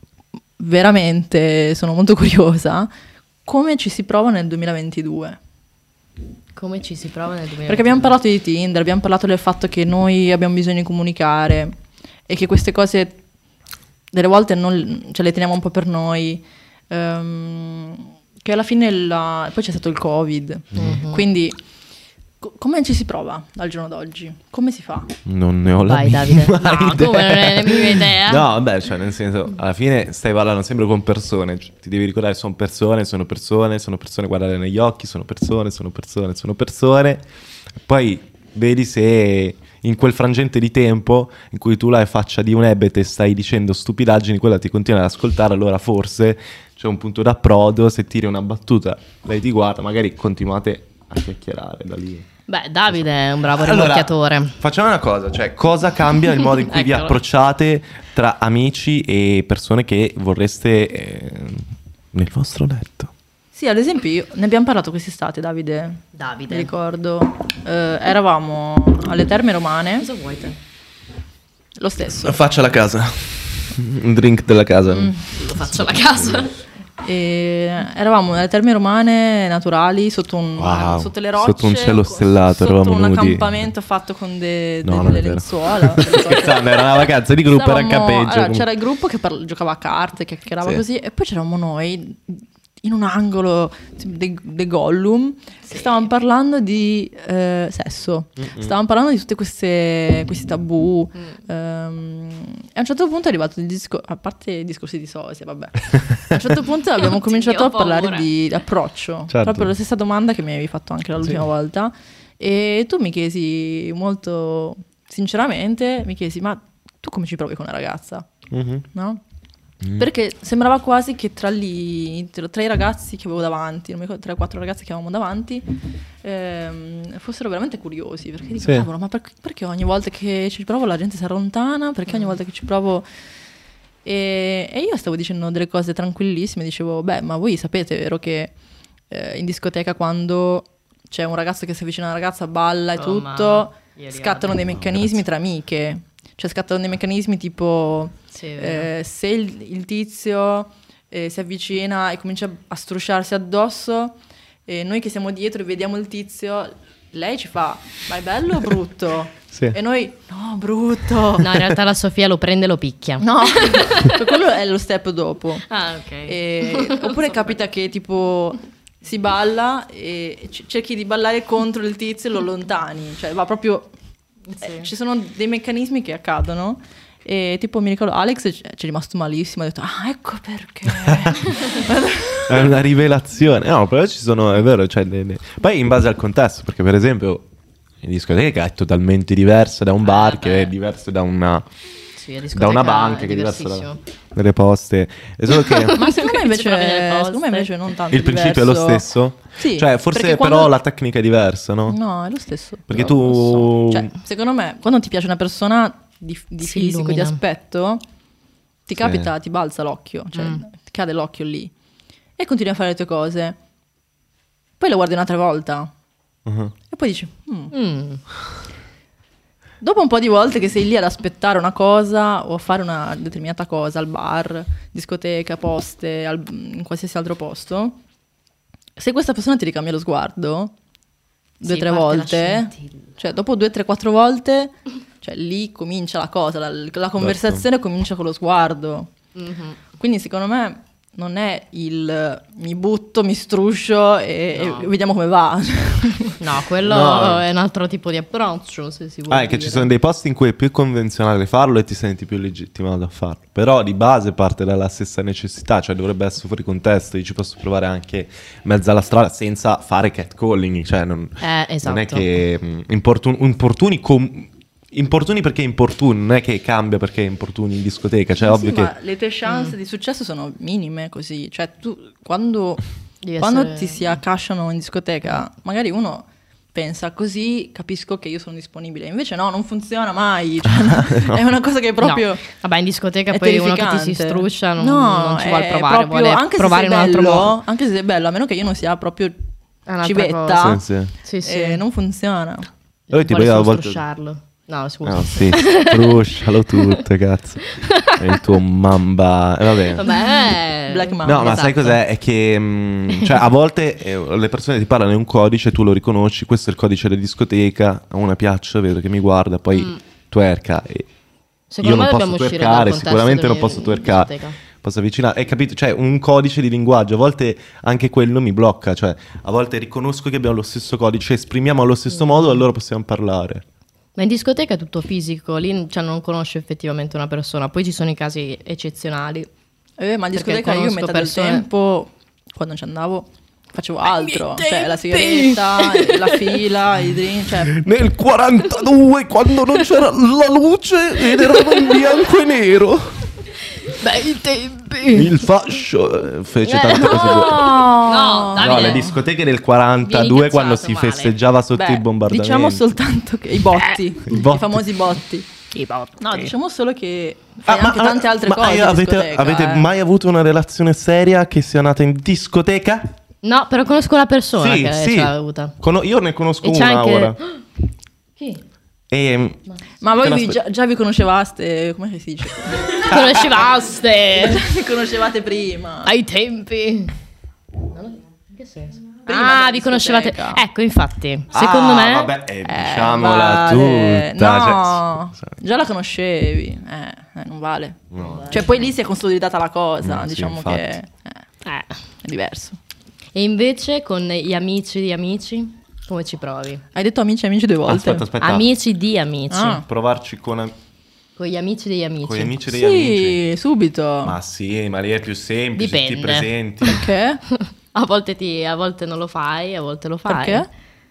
veramente sono molto curiosa, come ci si prova nel duemilaventidue? Come ci si prova nel duemilaventi? Perché abbiamo parlato di Tinder, abbiamo parlato del fatto che noi abbiamo bisogno di comunicare e che queste cose delle volte non, ce le teniamo un po' per noi. ehm, che alla fine la- poi c'è stato il Covid. Mhm. Quindi co- come ci si prova al giorno d'oggi? Come si fa? Non ne ho la Vai, minima Davide. No, idea. come non è la minima idea? No, vabbè, cioè nel senso, alla fine stai parlando sempre con persone, cioè, ti devi ricordare sono persone, sono persone, sono persone, guardare negli occhi, sono persone, sono persone, sono persone. Poi vedi se in quel frangente di tempo in cui tu la faccia di un ebete e stai dicendo stupidaggini, quella ti continua ad ascoltare, allora forse c'è un punto d'approdo, se tiri una battuta, lei ti guarda, magari continuate a chiacchierare da lì. Beh, Davide è un bravo Allora, rimorchiatore. facciamo una cosa, cioè cosa cambia il modo in cui vi Eccolo. approcciate tra amici e persone che vorreste eh, nel vostro letto? Sì, ad esempio, io- ne abbiamo parlato quest'estate, Davide. Mi Davide. ricordo. Eh, eravamo alle Terme Romane, Cosa vuoi te? lo stesso. Faccia la casa. Un drink della casa. Mm. Lo faccio alla casa. E eravamo nelle Terme Romane naturali sotto, un- Wow, sotto le rocce, sotto un cielo co- stellato, sotto eravamo un nudi. accampamento fatto con de- No, de- non è delle vero. lenzuola. Scherzando, era una vacanza di gruppo, era a Stavamo- campeggio. allora, c'era il gruppo che parla- giocava a carte, chiacchierava Sì. così, e poi c'eravamo noi in un angolo dei de Gollum. Sì. Stavamo parlando di eh, sesso, stavamo parlando di tutti questi tabù. Mm. ehm, e a un certo punto è arrivato il discorso, a parte i discorsi di sosia, vabbè. A un certo punto abbiamo Oddio, cominciato a ho parlare paura. di approccio, Certo. proprio la stessa domanda che mi avevi fatto anche l'ultima Sì. volta. E tu mi chiesi molto sinceramente, mi chiesi, ma tu come ci provi con una ragazza? Mhm. No? Mm. Perché sembrava quasi che tra, gli, tra tra i ragazzi che avevo davanti, non mi ricordo, tre o quattro ragazzi che avevamo davanti, ehm, fossero veramente curiosi. Perché dico, Sì. cavolo, ma per- perché ogni volta che ci provo la gente si allontana? Perché ogni volta che ci provo... E, e io stavo dicendo delle cose tranquillissime, dicevo, beh, ma voi sapete, vero, che eh, in discoteca quando c'è un ragazzo che si avvicina a una ragazza, balla e Oh, tutto, mamma. Ieri scattano dei No, meccanismi grazie. tra amiche. Cioè scattano dei meccanismi tipo... Sì, è vero. Eh, se il, il tizio eh, si avvicina e comincia a strusciarsi addosso, e noi che siamo dietro e vediamo il tizio, lei ci fa, ma è bello o brutto? Sì. E noi, no, brutto. No, in realtà la Sofia lo prende e lo picchia. No, quello è lo step dopo. Ah, ok. E- Non oppure so capita che tipo si balla e c- cerchi di ballare contro il tizio e lo allontani, cioè va proprio... Sì. eh, ci sono dei meccanismi che accadono. E tipo mi ricordo Alex c- ci è rimasto malissimo, ha detto ah ecco perché. È una rivelazione. No, però ci sono, è vero, cioè, ne- ne- poi in base al contesto, perché per esempio in discoteca è totalmente diversa da un bar, Ah, che beh. è diverso da una Sì, a da discoteca una banca è che è diversa da- diversissimo. dalle poste. È solo che Ma secondo me Si trovi nelle invece, poste. secondo me invece non tanto il principio è lo diverso. stesso? Sì, Cioè, forse perché però quando- la tecnica è diversa, no? No, è lo stesso. Perché però tu- non so. Cioè, secondo me, quando ti piace una persona di, di Si fisico, di illumina. aspetto, ti Sì. capita, ti balza l'occhio, cioè Mm. ti cade l'occhio lì e continui a fare le tue cose. Poi lo guardi un'altra volta Uh-huh. e poi dici, "Mm". Mm. Dopo un po' di volte che sei lì ad aspettare una cosa o a fare una determinata cosa al bar, discoteca, poste, al- in qualsiasi altro posto, se questa persona ti ricambia lo sguardo due o Sì, tre parte la volte, scintilla. cioè dopo due, tre, quattro volte, cioè lì comincia la cosa, la, la conversazione comincia con lo sguardo. Mhm. Quindi secondo me non è il mi butto, mi struscio e, No. e vediamo come va. No, quello No. è un altro tipo di approccio, se si vuole Ah, è che dire. ci sono dei posti in cui è più convenzionale farlo e ti senti più legittimato a farlo. Però di base parte dalla stessa necessità, cioè dovrebbe essere fuori contesto. Io ci posso provare anche in mezzo alla strada senza fare catcalling. Cioè non, Eh, esatto. non è che mh, importun- importuni, com- importuni perché importuni, non è che cambia perché importuni in discoteca. Cioè, Sì, ovvio che. ma le tue chance di successo sono minime così. Cioè, tu quando, Devi quando essere- ti si accasciano in discoteca, magari uno pensa così capisco che io sono disponibile. Invece no, non funziona mai. Cioè, è una cosa che proprio. No. Vabbè, in discoteca È poi uno che ti si terrificante. struscia non, No, non ci è vuole provare, proprio- vuole anche se provare in sei un altro bello, modo. anche se sei bello, a meno che io non sia proprio È un'altra civetta, cosa. Sì, sì. Sì, sì. eh, non funziona. Poi ti Vuole poi a solo volte- strusciarlo. No, scusa. No, sì, struscialo tutto, cazzo. È il tuo mamba. E vabbè. Vabbè. Black Mamba. No, ma sai Esatto. cos'è? È che mh, cioè, a volte eh, le persone ti parlano di un codice, tu lo riconosci, questo è il codice della discoteca, a una piace, vedo che mi guarda, poi Mm. twerka. E Secondo io me non posso dobbiamo uscire dal twerkare, contesto sicuramente non di- posso di twerkare. discoteca. Posso avvicinare, hai capito? Cioè, un codice di linguaggio, a volte anche quello mi blocca, cioè, a volte riconosco che abbiamo lo stesso codice, esprimiamo allo stesso modo, allora possiamo parlare. Ma in discoteca è tutto fisico, lì cioè, non conosci effettivamente una persona. Poi ci sono i casi eccezionali. Eh, ma in Perché discoteca io conosco metà persone- del tempo, quando ci andavo, facevo altro. miei Cioè, la tempi! sigaretta, la fila, i drink, cioè. Nel quarantadue, quando non c'era la luce ed eravamo in bianco e nero, Bei tempi! il fascio eh, fece Eh, tante no! cose buone. No, No, Davide. le discoteche del quarantadue Vieni quando cazzato si male. festeggiava sotto Beh, i bombardamenti. diciamo soltanto che i botti, I botti. i famosi botti. I botti. No, diciamo solo che fai Ah, anche tante altre ma cose. in avete, discoteca, avete eh. mai avuto una relazione seria che sia nata in discoteca? No, però conosco una persona Sì, che sì. ce l'ha avuta. Cono- io ne conosco E c'è una anche... ora. Chi? E, Ma voi Appena vi spe- già, già vi conoscevate, come si dice? Conoscevaste vi conoscevate prima. ai tempi. In che senso? Prima ah, della vi conoscevate. discoteca. Ecco, infatti, secondo Ah, me vabbè, eh, Eh, diciamola vale. tutta. No, cioè, sì, già la conoscevi. Eh, eh, non vale. no. Cioè, poi lì si è consolidata la cosa. No, sì, diciamo infatti. che eh, Eh. è diverso. E invece con gli amici di amici come ci provi? Hai detto amici amici due volte? Aspetta, aspetta. Amici di amici. Ah. Provarci con, am- Con gli amici degli amici. con gli amici degli Sì, amici. subito. Ma sì, ma lì è più semplice, ti Dipende. presenti. Perché? A volte, ti, a volte non lo fai, a volte lo fai. Perché?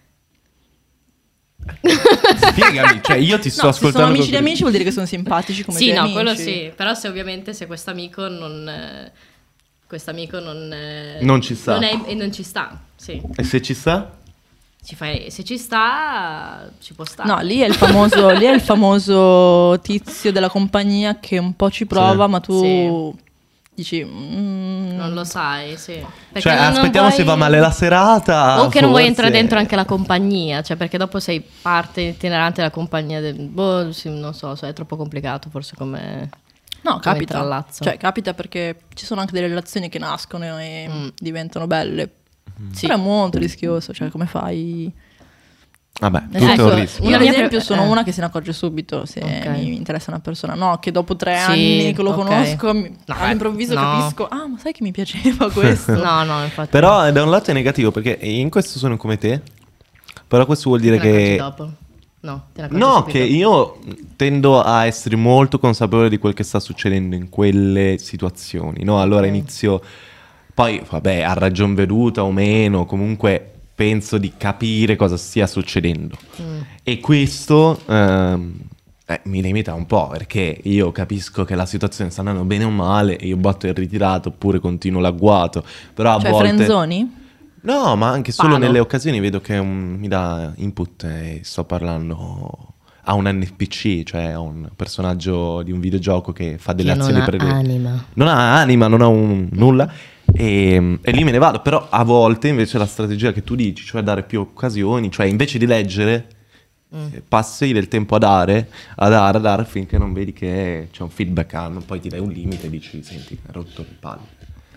Spiegami, cioè io ti sto No, se sono ascoltando. amici di con- amici vuol dire che sono simpatici come Sì, tuoi no, amici. quello sì. Però se ovviamente se questo amico non... eh, Quest'amico non... eh, Non ci sta. Non è, e non ci sta, sì. E se ci sta? Ci fai, se ci sta, ci può stare. No, lì è il famoso, lì è il famoso tizio della compagnia che un po' ci prova, Sì. ma tu dici... mm, Non lo sai, sì. Perché Cioè, non- non aspettiamo vuoi- se va male la serata. O che non vuoi forse- entrare dentro anche la compagnia, cioè perché dopo sei parte itinerante della compagnia. Del, boh, sì, non so, so, è troppo complicato forse come... No, capita. trallazzo. Cioè, capita perché ci sono anche delle relazioni che nascono e Mm. diventano belle. Sì. Però è molto rischioso, cioè come fai... Vabbè, Nel tutto senso, un rischio. io Una ad mia esempio pre- sono eh. una che se ne accorge subito se Ok. mi interessa una persona. No, che dopo tre Sì, anni che lo ok. conosco, mi- No, all'improvviso no. capisco, ah, ma sai che mi piaceva questo? No, no, infatti. Però da un lato è negativo perché in questo sono come te. Però questo vuol dire Te ne accorgi che... dopo? No, te ne accorgi No, subito. che io tendo a essere molto consapevole di quel che sta succedendo in quelle situazioni, no? Allora Mm. inizio, poi vabbè, a ragion veduta o meno, comunque penso di capire cosa stia succedendo. Mm. E questo ehm, Eh, mi limita un po', perché io capisco che la situazione sta andando bene o male, io batto il ritirato oppure continuo l'agguato, però a Cioè volte... frenzoni? No, ma anche solo Palo. nelle occasioni vedo che un- mi dà input e sto parlando a un N P C, cioè a un personaggio di un videogioco che fa delle Che non azioni ha per... anima. Non ha anima, non ha un- nulla e, e lì me ne vado, però a volte invece la strategia che tu dici, cioè dare più occasioni, cioè invece di leggere eh, passi del tempo a dare, a dare, a dare finché non vedi che c'è un feedback, ah, poi ti dai un limite e dici senti, hai rotto le palle.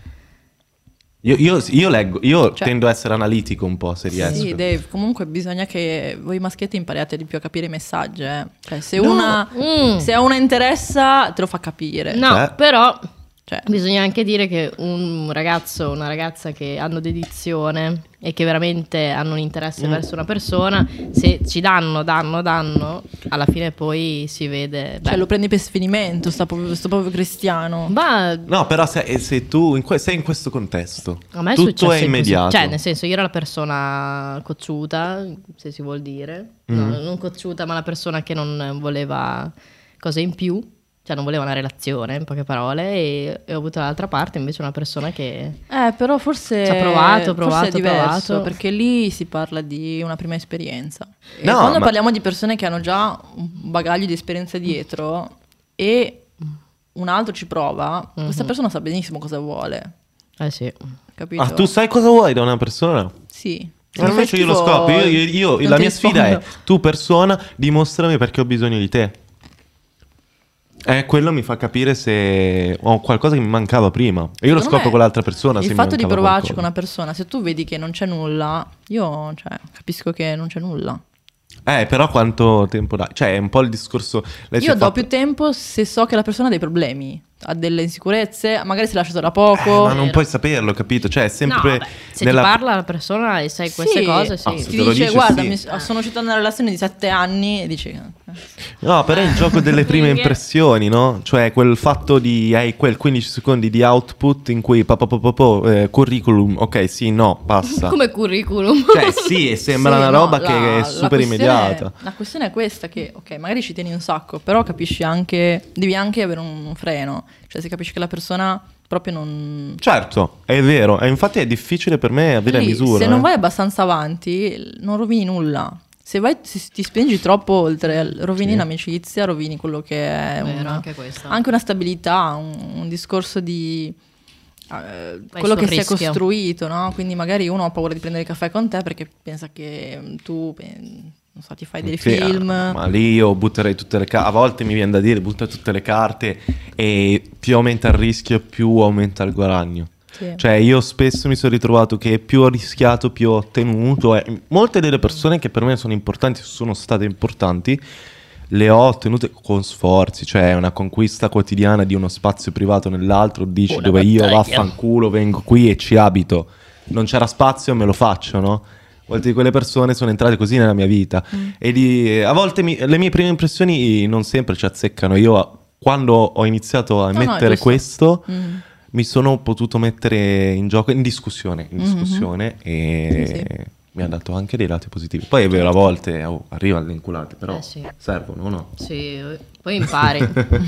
Io, io- io leggo, io Cioè- tendo a essere analitico un po' se riesco. Sì, Dave, comunque bisogna che voi maschietti impariate di più a capire i messaggi. eh. Cioè, se, No. una, Mm. se a una interessa, te lo fa capire. No, Cioè? però Cioè, bisogna anche dire che un ragazzo o una ragazza che hanno dedizione e che veramente hanno un interesse Mm. verso una persona, se ci danno, danno, danno, alla fine poi si vede. cioè, beh, lo prendi per sfinimento, sta proprio, sto proprio cristiano. ma No, però se, se tu in que- sei in questo contesto, a me è tutto successo è così. immediato. Cioè, nel senso, io ero la persona cocciuta, se si vuol dire. No, Mm. non cocciuta, ma la persona che non voleva cose in più. Cioè, non voleva una relazione, in poche parole. E, e ho avuto dall'altra parte invece una persona che... Eh, però forse, Ci ha provato, provato, forse è diverso, provato. perché lì si parla di una prima esperienza. E No, quando ma- parliamo di persone che hanno già un bagaglio di esperienza dietro e un altro ci prova, questa persona sa benissimo cosa vuole, Eh sì. capito? Ah, tu sai cosa vuoi da una persona? Sì. Ma invece io lo Schifo, scopro. Io, io- io- non la ti mia sfida è: rispondo. tu, persona, dimostrami perché ho bisogno di te. Eh, quello mi fa capire se ho qualcosa che mi mancava prima. E io lo Secondo scopro me con l'altra persona. se Il mi fatto di mancava provarci qualcosa. con una persona, se tu vedi che non c'è nulla, io cioè, capisco che non c'è nulla. Eh, però quanto tempo dai? Cioè, è un po' il discorso. Lei si Io è do fatto- più tempo se so che la persona ha dei problemi, ha delle insicurezze, magari si è lasciato da poco. Eh, ma non puoi saperlo, capito? Cioè, è No, sempre. vabbè, se nella- ti parla la persona e sai queste Sì. cose, sì. Ah, se Ti te lo dice, dice, guarda, sì. mi- sono uscita da una relazione di sette anni e dici... eh, No, però è il gioco delle prime Minchia. impressioni, no? Cioè, quel fatto di. Hai quel quindici secondi di output in cui. Pa, pa, pa, pa, pa, eh, curriculum, ok, sì, no, passa. Come curriculum. Cioè, sì, e sembra Sì, una no, roba la- che è la super questione- immediata. La questione è questa, che ok, magari ci tieni un sacco, però capisci anche, devi anche avere un freno, cioè se capisci che la persona proprio non... Certo, è vero, e infatti è difficile per me avere Lì, misura. se non eh. vai abbastanza avanti, non rovini nulla. Se vai, se ti spingi troppo oltre, rovini Sì. l'amicizia, rovini quello che è Vero, una- anche questo. anche una stabilità, un, un discorso di eh, Vai quello sul che si è rischio. costruito, no? Quindi magari uno ha paura di prendere il caffè con te perché pensa che mm, tu, eh, non so, ti fai dei Sì, film. ah, ma lì io butterei tutte le carte. A volte mi viene da dire butta tutte le carte e più aumenta il rischio, più aumenta il guadagno. Sì. Cioè, io spesso mi sono ritrovato che più ho rischiato, più ho ottenuto. E molte delle persone che per me sono importanti, sono state importanti, le ho ottenute con sforzi. Cioè, è una conquista quotidiana di uno spazio privato nell'altro. Dici Una dove io battaglia. vaffanculo, vengo qui e ci abito. Non c'era spazio, me lo faccio, no? Molte di quelle persone sono entrate così nella mia vita. Mm. E di- a volte mi- le mie prime impressioni non sempre ci azzeccano. Io, quando ho iniziato a No, no, è mettere giusto. questo. Mm. Mi sono potuto mettere in gioco, in discussione, in Mhm. discussione e Sì, sì. mi ha dato anche dei lati positivi. Poi è vero, a volte oh, arriva alle inculate, però Eh sì. servono o no? Sì, poi impari.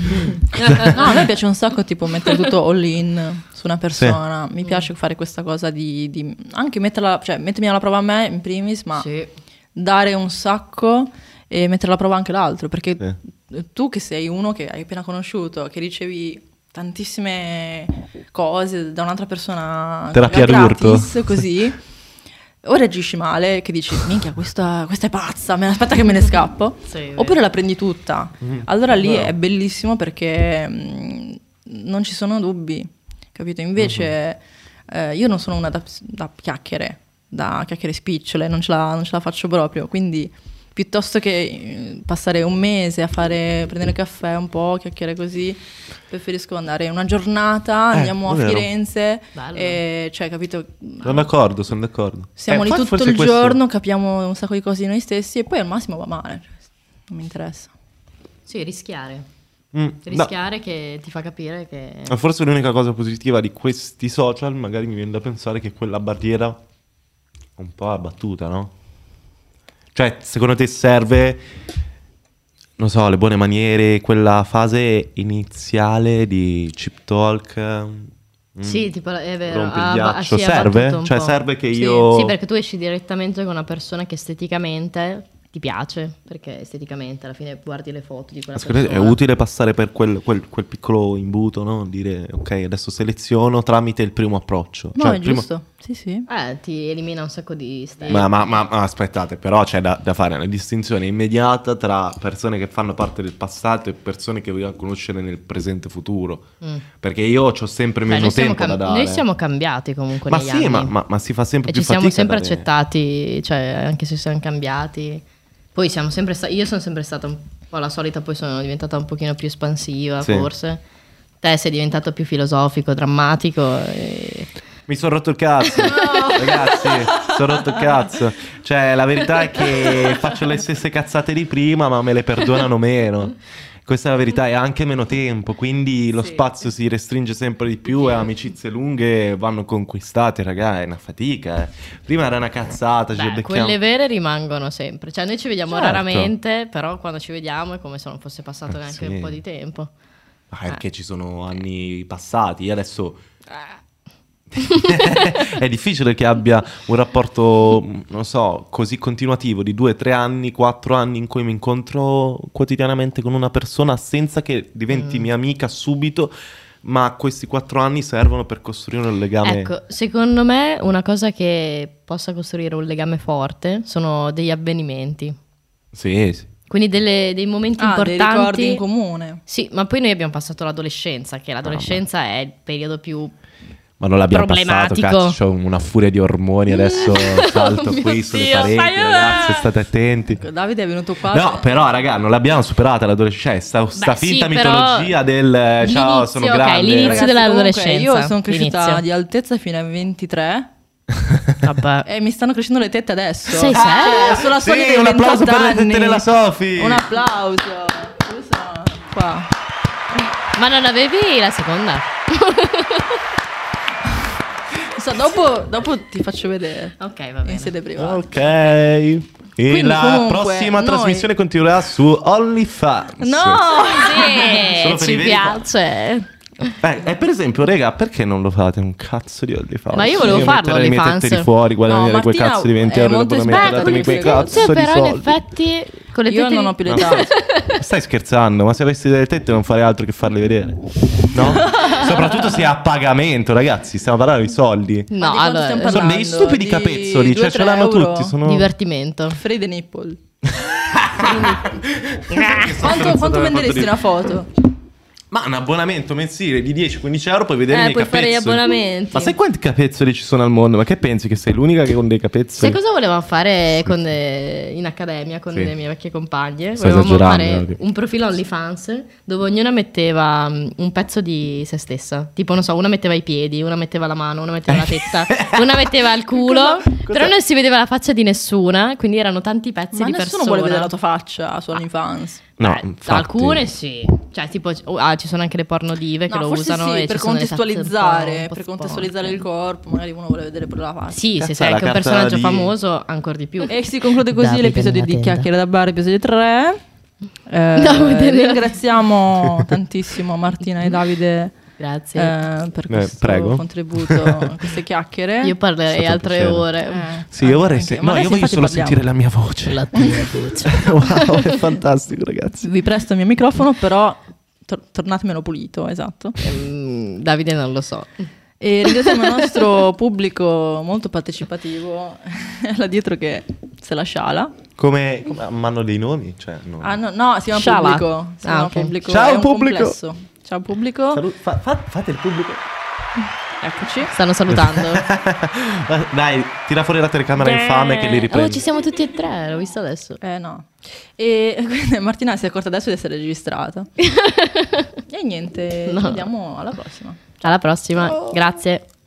No, a me piace un sacco tipo mettere tutto all in su una persona. Mi piace fare questa cosa di, di- anche metterla, cioè mettermi alla prova a me in primis, ma Sì. dare un sacco e mettere alla prova anche l'altro, perché Sì. tu che sei uno che hai appena conosciuto, che ricevi tantissime cose da un'altra persona Terapia gratis, d'urto. così, o reagisci male, che dici, minchia, questa, questa è pazza, me- aspetta che me ne scappo, Sì, vero. oppure la prendi tutta. Mhm. Allora lì Bravo. è bellissimo perché mh, non ci sono dubbi, capito? Invece eh, io non sono una da, da chiacchiere, da chiacchiere spicciole, non ce la, non ce la faccio proprio, quindi piuttosto che eh, passare un mese a fare prendere caffè un po', chiacchiere così, preferisco andare una giornata, Eh, andiamo è a vero. Firenze, Bello. e cioè, capito? Sono d'accordo, sono d'accordo. Siamo Eh, lì infatti tutto forse il questo- giorno, capiamo un sacco di cose di noi stessi e poi al massimo va male, cioè, non mi interessa. Sì, rischiare. Mm, no. Rischiare che ti fa capire che... Ma forse l'unica cosa positiva di questi social, magari mi viene da pensare che quella barriera un po' abbattuta, no? Cioè, secondo te serve non so, le buone maniere, quella fase iniziale di chip talk. mm, Sì, tipo, è vero. Rompi il ha- ghiaccio, sì, ha serve? battuto un Cioè po'. serve che Sì. io... Sì, perché tu esci direttamente con una persona che esteticamente ti piace, perché esteticamente alla fine guardi le foto di quella Secondo te persona. è utile passare per quel, quel- quel piccolo imbuto, no? Dire, ok, adesso seleziono tramite il primo approccio. No, Cioè, è il primo- giusto. Sì, sì. Eh, ti elimina un sacco di step. Ma, ma- ma- ma aspettate, però c'è da, da fare una distinzione immediata tra persone che fanno parte del passato e persone che vogliono conoscere nel presente futuro. Mm. Perché io ho sempre Beh, meno noi, siamo tempo da cam- dare. noi siamo cambiati comunque ma negli sì, anni. ma, ma- ma si fa sempre E più ci siamo fatica a sempre dare- accettati, cioè anche se siamo cambiati. Poi siamo sempre sta- io sono sempre stata un po' la solita, poi sono diventata un pochino più espansiva, Sì. forse. Te sei diventato più filosofico, drammatico. E... Mi sono rotto il cazzo. Ragazzi, sono rotto il cazzo. Cioè, la verità è che faccio le stesse cazzate di prima, ma me le perdonano meno. Questa è la verità, e anche meno tempo, quindi lo Sì. spazio si restringe sempre di più e amicizie lunghe vanno conquistate, raga, è una fatica. eh. Prima era una cazzata, ci Beh, becchiamo. quelle vere rimangono sempre. Cioè noi ci vediamo Certo. raramente, però quando ci vediamo è come se non fosse passato Eh, neanche sì. un po' di tempo. Ah, perché ci sono anni passati, io adesso... È difficile che abbia un rapporto, non so, così continuativo di due, tre anni, quattro anni in cui mi incontro quotidianamente con una persona senza che diventi Mm. mia amica subito, ma questi quattro anni servono per costruire un legame. Ecco, secondo me una cosa che possa costruire un legame forte sono degli avvenimenti. Sì, sì. Quindi delle- dei momenti Ah, dei importanti. ricordi in comune. Sì, ma poi noi abbiamo passato l'adolescenza, che l'adolescenza è il periodo più... Ma non l'abbiamo passato, Problematico. cazzo, c'ho una furia di ormoni, adesso salto mio qui sulle Dio, pareti, fai- ragazzi, state attenti. Davide è venuto qua. No, però, raga, non l'abbiamo superata l'adolescenza. Sta, sta Beh, sì, finta però mitologia del eh, ciao, l'inizio, sono ok, grande. l'inizio Ragazzi, dell'adolescenza. comunque, io sono cresciuta L'inizio. di altezza fino ai ventitré Vabbè. e mi stanno crescendo le tette adesso. Sei Cioè, serio? sono la Sì, soglia dei un applauso ventotto per le tette anni. della Sofi. Un applauso. Io sono qua. Ma non avevi la seconda? So, dopo, dopo ti faccio vedere Ok, va in bene. sede privata. Ok. E Quindi, la comunque, prossima noi- trasmissione continuerà su OnlyFans. No! Solo Sì, per i ci veri piace. Eh, e per esempio, raga, perché non lo fate un cazzo di OnlyFans? Ma io volevo Io farlo, mettere le mie OnlyFans. tette di fuori, guadagnare No, quei Martina cazzo di venti è euro molto l'abbonamento, esperta datemi di quei queste cose. cazzo di però in soldi. effetti con le Io tette non di- ho più No. l'età. Stai scherzando, ma se avessi delle tette non farei altro che farle vedere. No? Soprattutto se è a pagamento, ragazzi, stiamo parlando di soldi. Ma No, di quanto allora, stiamo Sono parlando? dei stupidi Di capezzoli, cioè due, ce tre l'hanno euro? tutti, sono divertimento. Free the nipple. Che Quanto, stronzata quanto mi ha venderesti fatto una dire. foto? Ma un abbonamento mensile di dieci quindici euro puoi vedere i Eh, miei puoi fare gli capezzoli. abbonamenti. Ma sai quanti capezzoli ci sono al mondo? Ma che pensi che sei l'unica che con dei capezzoli? Sai cosa volevamo fare con, eh, in accademia con Sì. le mie vecchie compagne? Stai Volevamo esagerando, fare Elodie. un profilo OnlyFans dove ognuna metteva mm, un pezzo di se stessa. Tipo, non so, una metteva i piedi, una metteva la mano, una metteva la testa, una metteva il culo. Cosa- cosa- Però non si vedeva la faccia di nessuna, quindi erano tanti pezzi Ma di nessuno persona. vuole vedere la tua faccia su OnlyFans. No, Eh, infatti. alcune sì. Cioè, tipo, oh, ah, ci sono anche le pornodive che No, lo forse usano. sì, e per ci sono le tazze un po'- contestualizzare, un po' per contestualizzare sporche. il corpo, magari uno vuole vedere pure la faccia. Sì, Cazzo, se sei è la anche un carta personaggio di- famoso, ancora di più. E si conclude così Davide l'episodio nella di tenda. Chiacchiere da Bar, episodio tre. Eh, Davide nella- ringraziamo tantissimo Martina e Davide Grazie. eh, per Eh, questo prego. contributo, a queste chiacchiere. Io parlerei stato un altre piacere. ore. Eh, Sì, io vorrei anche- se- ma no, adesso io voglio infatti solo parliamo. sentire la mia voce. La tua voce. Wow, è fantastico, ragazzi. Vi presto il mio microfono, però tor- tornatemelo pulito, esatto. Ehm, Davide non lo so. E ringraziamo il nostro pubblico molto partecipativo, là dietro che se la sciala. Come, come ma hanno dei nomi? Cioè, no. Ah, no, no, si chiama Sciala. pubblico. Si Ah, chiama ok. pubblico. Ciao, è un pubblico. complesso. Ciao pubblico. Salu- fa- fa- fate il pubblico. Eccoci. Stanno salutando. Dai, tira fuori la telecamera infame che li Oh, riprende. ci siamo tutti e tre, l'ho visto adesso. Eh no. E quindi Martina si è accorta adesso di essere registrata. E niente, No. ci vediamo alla prossima. Alla prossima. Grazie.